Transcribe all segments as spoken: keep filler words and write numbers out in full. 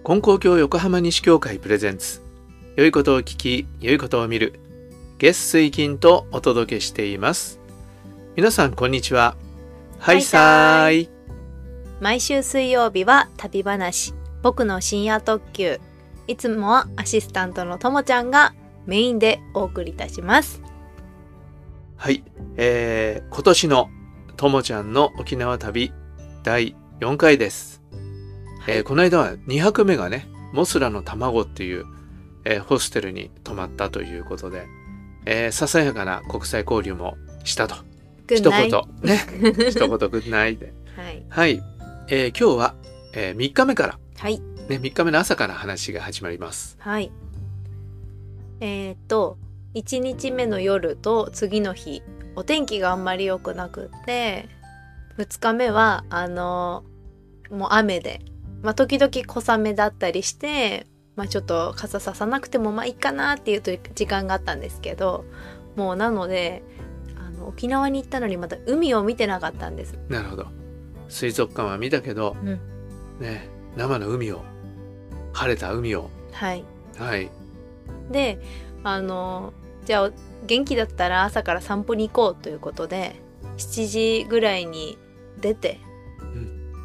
金光教横浜西教会プレゼンツ、良いことを聞き良いことを見る、月水金とお届けしています。皆さんこんにちは。はいさーい。 毎週水曜日は旅話、僕の深夜特急。いつもはアシスタントのともちゃんがメインでお送りいたします。 はい、えー、今年のともちゃんの沖縄旅だいよんかいです。えー、この間はにはくめがね、モスラの卵っていう、えー、ホステルに泊まったということで、えー、ささやかな国際交流もしたと。一言ね一言グッナイではい、はい、えー、今日は、えー、みっかめから、 はいね、みっかめの朝から話が始まります。 はいえー、っといちにちめの夜と次の日、お天気があんまり良くなくって、ふつかめはあのもう雨で、まあ、時々小雨だったりして、まあ、ちょっと傘ささなくてもまあいいかなっていう時間があったんですけど、もうなのであの沖縄に行ったのにまだ海を見てなかったんです。 なるほど。水族館は見たけど、 うんね、生の海を、晴れた海を、 はいはいであのじゃあ元気だったら朝から散歩に行こうということでしちじぐらいに出て、うん、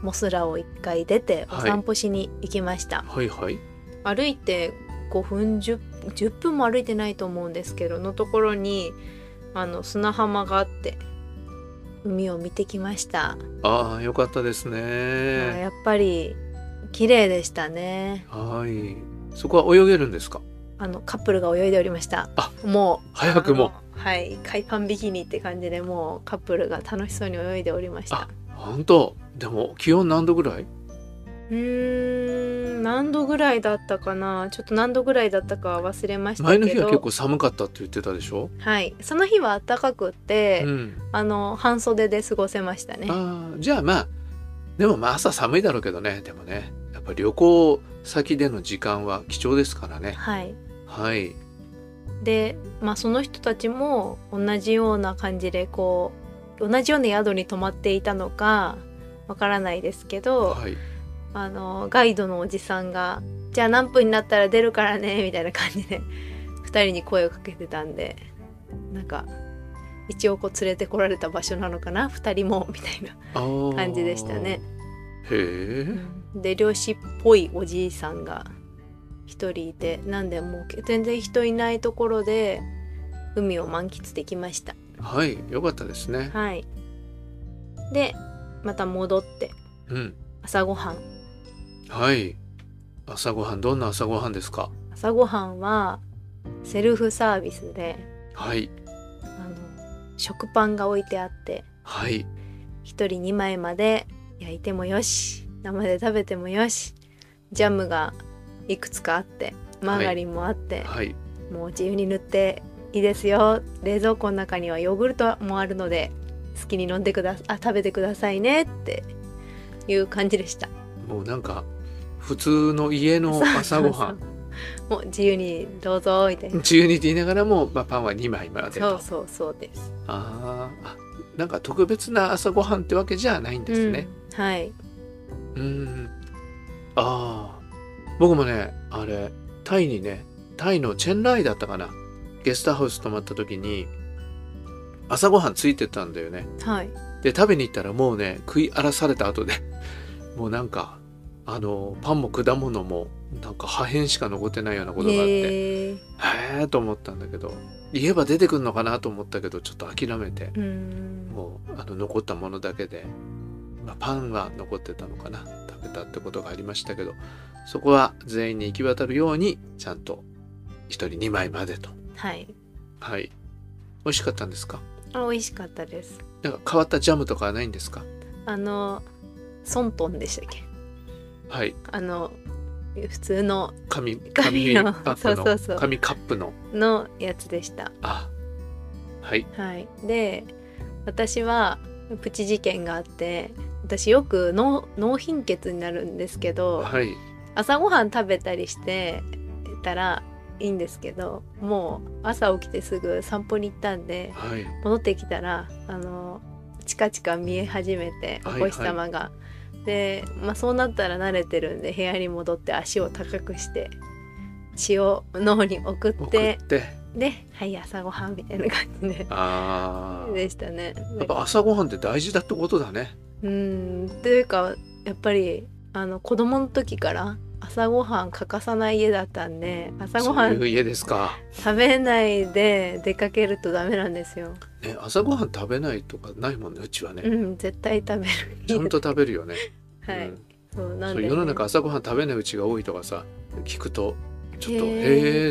モスラをいっかい出てお散歩しに行きました。 はいはい、 はい、歩いてごふんじゅっぷんも歩いてないと思うんですけどのところにあの砂浜があって海を見てきました。 ああ、よかったですね。 やっぱり綺麗でしたね。 はい。そこは泳げるんですか？ あのカップルが泳いでおりました。 あ、 もう早くも、 はい海パンビキニって感じで、もうカップルが楽しそうに泳いでおりました。 あ、本当。でも気温何度ぐらい？ うーん何度ぐらいだったかな、ちょっと何度ぐらいだったか忘れましたけど、 前の日は結構寒かったって言ってたでしょ？ はい、その日は暖かくって、うん、あの半袖で過ごせましたね。 あ、じゃあまあでもまあ朝寒いだろうけどね、でもねやっぱ旅行先での時間は貴重ですからね。 はいはい。 で、まあ、その人たちも同じような感じでこう同じような宿に泊まっていたのかわからないですけど、 はい、 あのガイドのおじさんがじゃあ何分になったら出るからねみたいな感じでふたりに声をかけてたんで、なんか一応こう連れてこられた場所なのかなふたりもみたいな感じでしたね。 へえ、 うん、で漁師っぽいおじいさんが一人いて、なんでもう全然人いないところで海を満喫できました。 はい、よかったですね。 はい。でまた戻って、うん、朝ごはん。 はい。朝ごはん、どんな朝ごはんですか？ 朝ごはんはセルフサービスで、 はい、 あの食パンが置いてあって、 はい、 ひとりにまいまで焼いてもよし、生で食べてもよし、ジャムがいくつかあってマーガリンもあって、はいはい、もう自由に塗っていいですよ、冷蔵庫の中にはヨーグルトもあるので好きに飲んでくだあ食べてくださいねっていう感じでした。 もうなんか普通の家の朝ごはんもう自由にどうぞみたいな、 自由にって言いながらも、まあ、パンはにまいまでと。 そうそうそうです。 ああ、なんか特別な朝ごはんってわけじゃないんですね。 うん、はい。 うん、ああ、僕もね、あれタイにね、タイのチェンライだったかな、ゲストハウス泊まった時に朝ごはんついてたんだよね。 はい。 で食べに行ったらもうね、食い荒らされた後でもうなんかあのパンも果物もなんか破片しか残ってないようなことがあって、へえと思ったんだけど、言えば出てくるのかなと思ったけどちょっと諦めて、うん、もうあの残ったものだけで、まあ、パンは残ってたのかな、食べたってことがありましたけど、そこは全員に行き渡るようにちゃんとひとりにまいまでと。 はいはい。美味しかったんですか？ あ、美味しかったです。 なんか変わったジャムとかはないんですか？ あのソントンでしたっけ？ はい。 あの普通の紙紙のそうそうそう紙カップののやつでした。 あ、はい、 はい。で私はプチ事件があって、私よく脳貧血になるんですけど、はい、朝ごはん食べたりしてたらいいんですけど、もう朝起きてすぐ散歩に行ったんで、はい、戻ってきたらあのチカチカ見え始めて、お星様が、はいはい、 で、まあ、そうなったら慣れてるんで部屋に戻って足を高くして血を脳に送って送ってで、はい朝ごはんみたいな感じであでしたね。 やっぱ朝ごはんって大事だってことだね。 うんというかやっぱりあの子供の時から朝ごはん欠かさない家だったんで、朝ごはんそういう家ですか。 食べないで出かけるとダメなんですよ。 ね、朝ごはん食べないとかないもんね、うちはね。 うん、絶対食べる。 ちゃんと食べるよね。 はい。 うん、 そうなんで、ね、 そう世の中朝ごはん食べないうちが多いとかさ、聞くとちょっとへへーって、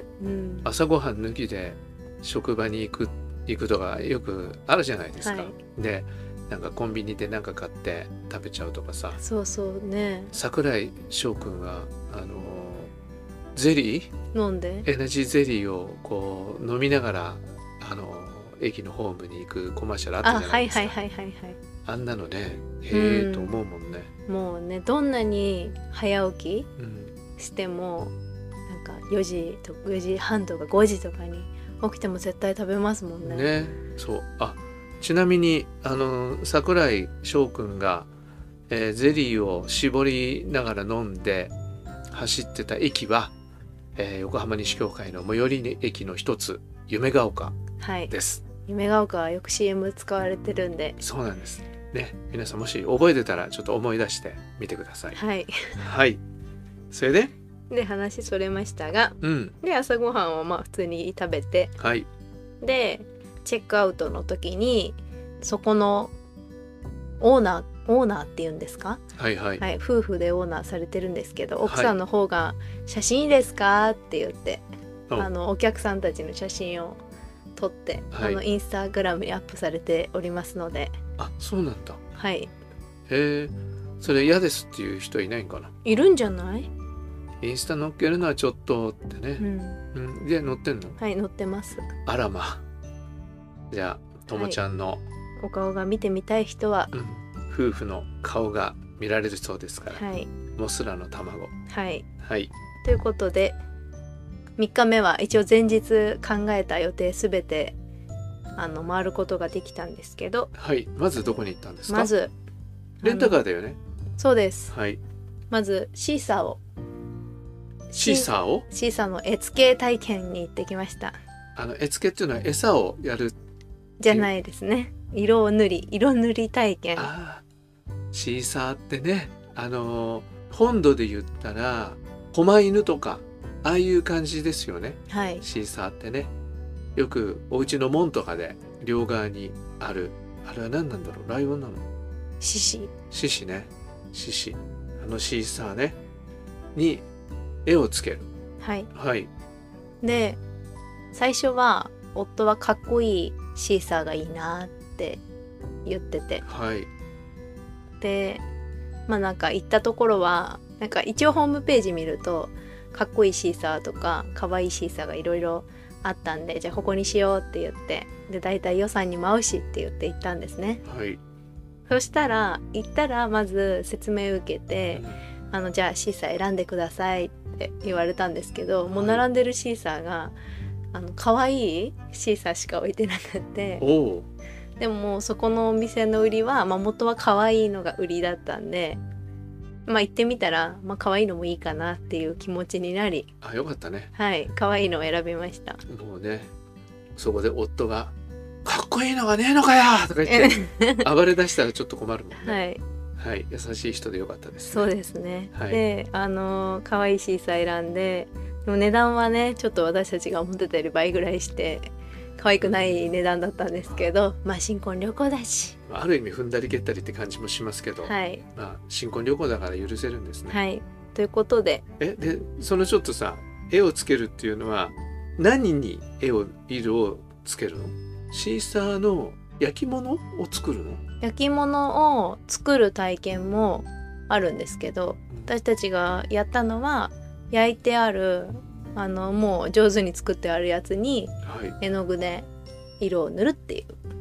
うん、 朝ごはん抜きで職場に行く行くとかよくあるじゃないですか。はい、で。なんかコンビニで何か買って食べちゃうとかさ。 そうそうね。 櫻井翔くんがあのゼリー飲んでエナジーゼリーをこう飲みながらあの駅のホームに行くコマーシャルあったじゃないですか。 あ、はいはいはいはいはい。 あんなのね、へえと思うもんね。 もうね、どんなに早起きしても、うん、なんかよじとよじはんとかごじとかに起きても絶対食べますもんね。 ね、そう。あ、ちなみにあの櫻井翔くんが、えー、ゼリーを絞りながら飲んで走ってた駅は、えー、横浜西教会の最寄り駅の一つ夢が丘です。 はい、夢が丘はよく シーエム 使われてるんで。 そうなんですね。皆さんもし覚えてたらちょっと思い出してみてください。 はい。 はい。それでで話それましたが、 うん、 で朝ごはんをまあ普通に食べて、 はい、 でチェックアウトの時にそこのオーナーオーナーっていうんですか、 はいはいはい、夫婦でオーナーされてるんですけど、奥さんの方が「写真いいですか?」って言って、はい、あのお客さんたちの写真を撮って、はい、あのインスタグラムにアップされておりますので。 あ、そうなんだ。 はい。 へえ、それ嫌ですっていう人いないんかな。 いるんじゃない？ インスタ載っけるのはちょっとってね、うんうん、で載ってんの？ はい、載ってます。 あらまあ、じゃあともちゃんの、はい、 お顔が見てみたい人は、 うん、夫婦の顔が見られるそうですから、 はい、 モスラの卵。 はい、 はい、 ということでみっかめは一応前日考えた予定すべてあの回ることができたんですけど、 はい、まずどこに行ったんですか？ まずレンタカーだよね。 そうです、 はい、 まずシーサーをシーサーをシーサーの絵付け体験に行ってきました。 あの絵付けっていうのは餌をやるじゃないですね。色を塗り色塗り体験。 あシーサーってね、あの本土で言ったら狛犬とかああいう感じですよね。 はい、 シーサーってね、よくお家の門とかで両側にある、あれは何なんだろう、ライオンなの？ 獅子獅子ね、獅子、あのシーサーねに絵をつける。 はいはい。 で最初は夫はかっこいいシーサーがいいなって言ってて、 はい、 でまあなんか行ったところはなんか一応ホームページ見るとかっこいいシーサーとかかわいいシーサーがいろいろあったんで、じゃあここにしようって言って、でだいたい予算にも合うしって言って行ったんですね。 はい、 そしたら行ったらまず説明受けて、うん、あのじゃあシーサー選んでくださいって言われたんですけど、もう並んでるシーサーがあの可愛いシーサーしか置いてなくて、 おでももうそこのお店の売りは、まあ、元は可愛いのが売りだったんで、まあ行ってみたら、まあ可愛いのもいいかなっていう気持ちになり、 あ、よかったね。 はい、可愛いのを選びました。 もうね、そこで夫がかっこいいのがねえのかよとか言って暴れ出したらちょっと困るもんね。はい、はい、優しい人でよかったですね。 そうですね。 はい、 で、あの可愛いシーサー選んで、でも値段はねちょっと私たちが思ってたより倍ぐらいして可愛くない値段だったんですけど、まあ新婚旅行だし、 ある意味踏んだり蹴ったりって感じもしますけど、 はい、 まあ新婚旅行だから許せるんですね。 はい、ということで、 えでそのちょっとさ、絵をつけるっていうのは何に絵を色をつけるの？シーサーの焼き物を作るの？ 焼き物を作る体験もあるんですけど、私たちがやったのは焼いてあるあのもう上手に作ってあるやつに絵の具で色を塗るっていう、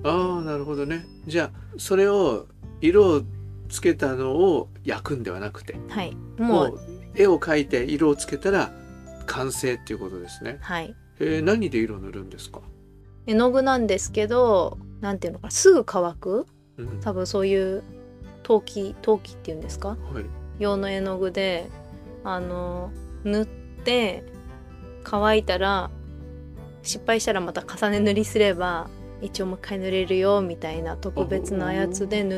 はい、ああなるほどね。じゃあそれを色をつけたのを焼くんではなくて、 はい、 もう絵を描いて色をつけたら完成っていうことですね。 はい。 えー、何で色を塗るんですか？ 絵の具なんですけど、なんていうのかな、すぐ乾く、うん、多分そういう陶器陶器っていうんですか、 はい、 用の絵の具であの塗って乾いたら失敗したらまた重ね塗りすれば一応もう一回塗れるよみたいな特別なやつで塗って、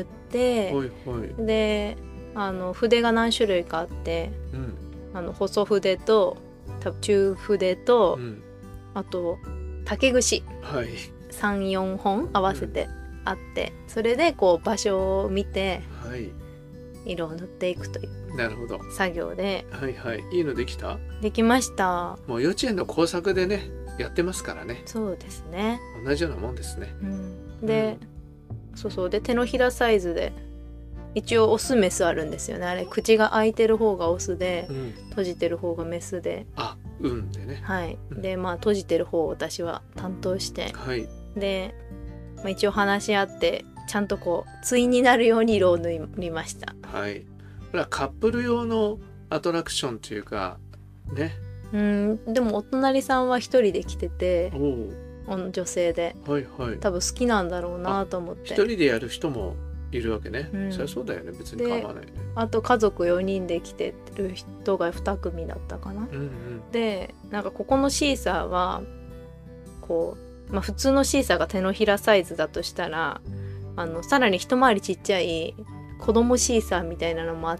はいはい、 であの筆が何種類かあって、 うん、 あの細筆と多分中筆と、 うん、 あと竹串はい、 さんよんほん合わせてあって、うん、それでこう場所を見て色を塗っていくというなるほど作業で、 はいはい、いいのできた？ できました。 もう幼稚園の工作でねやってますからね。 そうですね、 同じようなもんですね。 うん、で、うん、そうそうで手のひらサイズで一応オスメスあるんですよね。あれ口が開いてる方がオスで、うん、閉じてる方がメスで、 あ、うんでね、 はい、うん、でまあ閉じてる方を私は担当して、 はい、 で、まあ、一応話し合ってちゃんとこう対になるように色を塗りました。 はい、これはカップル用のアトラクションというかね。 うん、でもお隣さんは一人で来てて、女性で、はいはい、多分好きなんだろうなと思って。 一人でやる人もいるわけね、うん、そりゃそうだよね、別に構わないね。 あと家族よにんで来てる人がに組だったかな、うんうん、でなんかここのシーサーはこう、まあ、普通のシーサーが手のひらサイズだとしたらあのさらに一回りちっちゃい子供シーサーみたいなのもあって、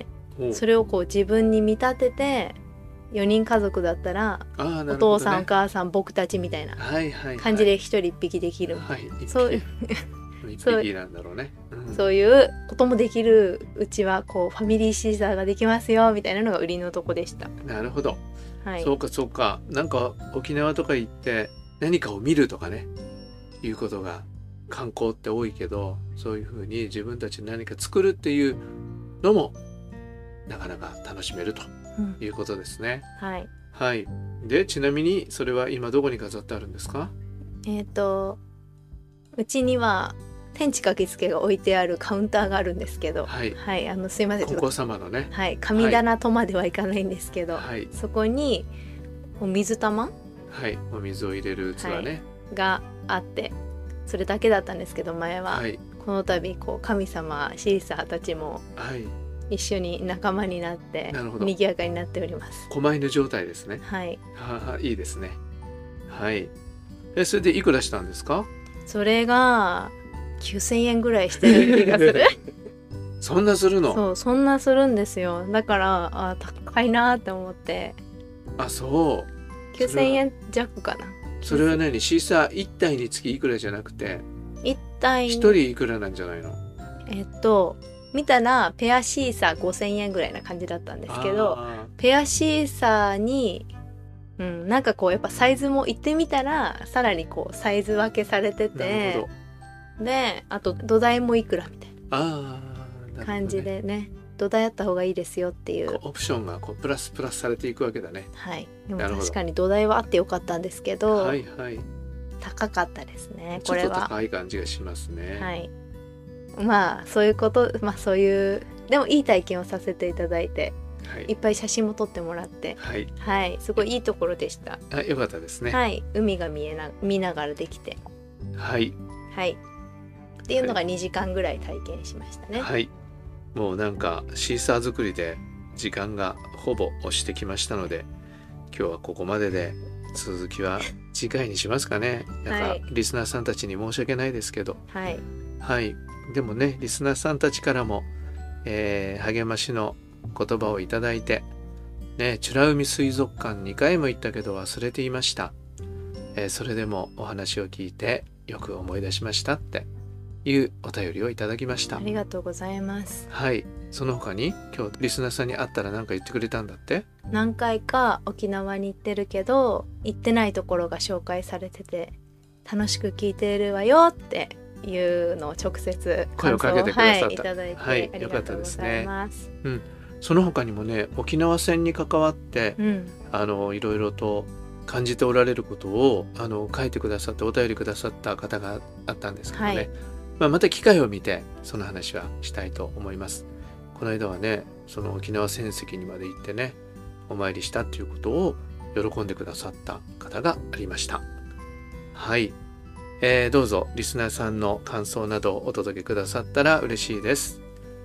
それをこう自分に見立ててよにん家族だったら、ね、お父さんお母さん僕たちみたいな感じで一人一匹できる、 はいはいはい、 そう一匹なんだろうね、 うん、そういうこともできるうちはこうファミリーシーサーができますよみたいなのが売りのとこでした。 なるほど、はい、そうかそうか。なんか沖縄とか行って何かを見るとかねいうことが観光って多いけど、そういうふうに自分たちで何か作るっていうのもなかなか楽しめるということですね、 うん、はい、 はい。でちなみにそれは今どこに飾ってあるんですか？ えっとうちには天地書き付けが置いてあるカウンターがあるんですけど、はい、はい、あのすいません、 お子様のね、 はい、神棚とまではいかないんですけど、はい、そこにお水玉、 はい、お水を入れる器ね、はい、 があってそれだけだったんですけど前は、はい、この度こう神様シーサーたちも一緒に仲間になって賑やかになっております。 狛犬状態ですね。 はい、 はあ、いいですね。はい。えそれでいくらしたんですか？ それがきゅうせんえんぐらいしてる気がするそんなするの？ そう、そんなするんですよ。だからあ高いなって思って。 あ、そうきゅうせんえん弱かな。 それは何？シーサーいち体につきいくらじゃなくていち体ひとりいくらなんじゃないの？ えっと見たらペアシーサーごせんえんぐらいな感じだったんですけど、ペアシーサーにうん、なんかこうやっぱサイズも行ってみたらさらにこうサイズ分けされてて、であと土台もいくらみたいな感じで ね, ね土台あった方がいいですよっていうオプションがこうプラスプラスされていくわけだね。 はい、でも確かに土台はあってよかったんですけど、 はいはい、 高かったですね。これはちょっと高い感じがしますね。 はい、まあそういうことまあそういうでもいい体験をさせていただいて、はい、いっぱい写真も撮ってもらって、はい、はい、すごいいいところでした。 あ、よかったですね。 はい、海が見えな見ながらできて、 はいはい、っていうのがにじかんぐらい体験しましたね。 はい、もうなんかシーサー作りで時間がほぼ押してきましたので、今日はここまでで続きは次回にしますかね。なんかリスナーさんたちに申し訳ないですけど、はい、はい、でもねリスナーさんたちからも、えー、励ましの言葉をいただいて、ね、美ら海水族館にかいも行ったけど忘れていました、えー、それでもお話を聞いてよく思い出しましたっていうお便りをいただきました。 ありがとうございます。 はい、その他に今日リスナーさんに会ったら何か言ってくれたんだって？ 何回か沖縄に行ってるけど行ってないところが紹介されてて楽しく聞いてるわよっていうのを直接声をかけてくださった、はい、 いただいて、はい、ありがとうございます。 うん、その他にもね沖縄戦に関わって、うん、あのいろいろと感じておられることをあの書いてくださってお便りくださった方があったんですけどね、はい、まあ、また機会を見てその話はしたいと思います。この間はねその沖縄戦跡にまで行ってねお参りしたっていうことを喜んでくださった方がありました。はい、えー、どうぞリスナーさんの感想などをお届けくださったら嬉しいです。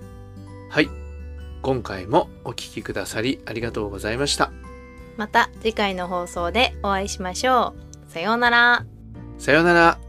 はい、今回もお聞きくださりありがとうございました。 また次回の放送でお会いしましょう。さようなら。 さようなら。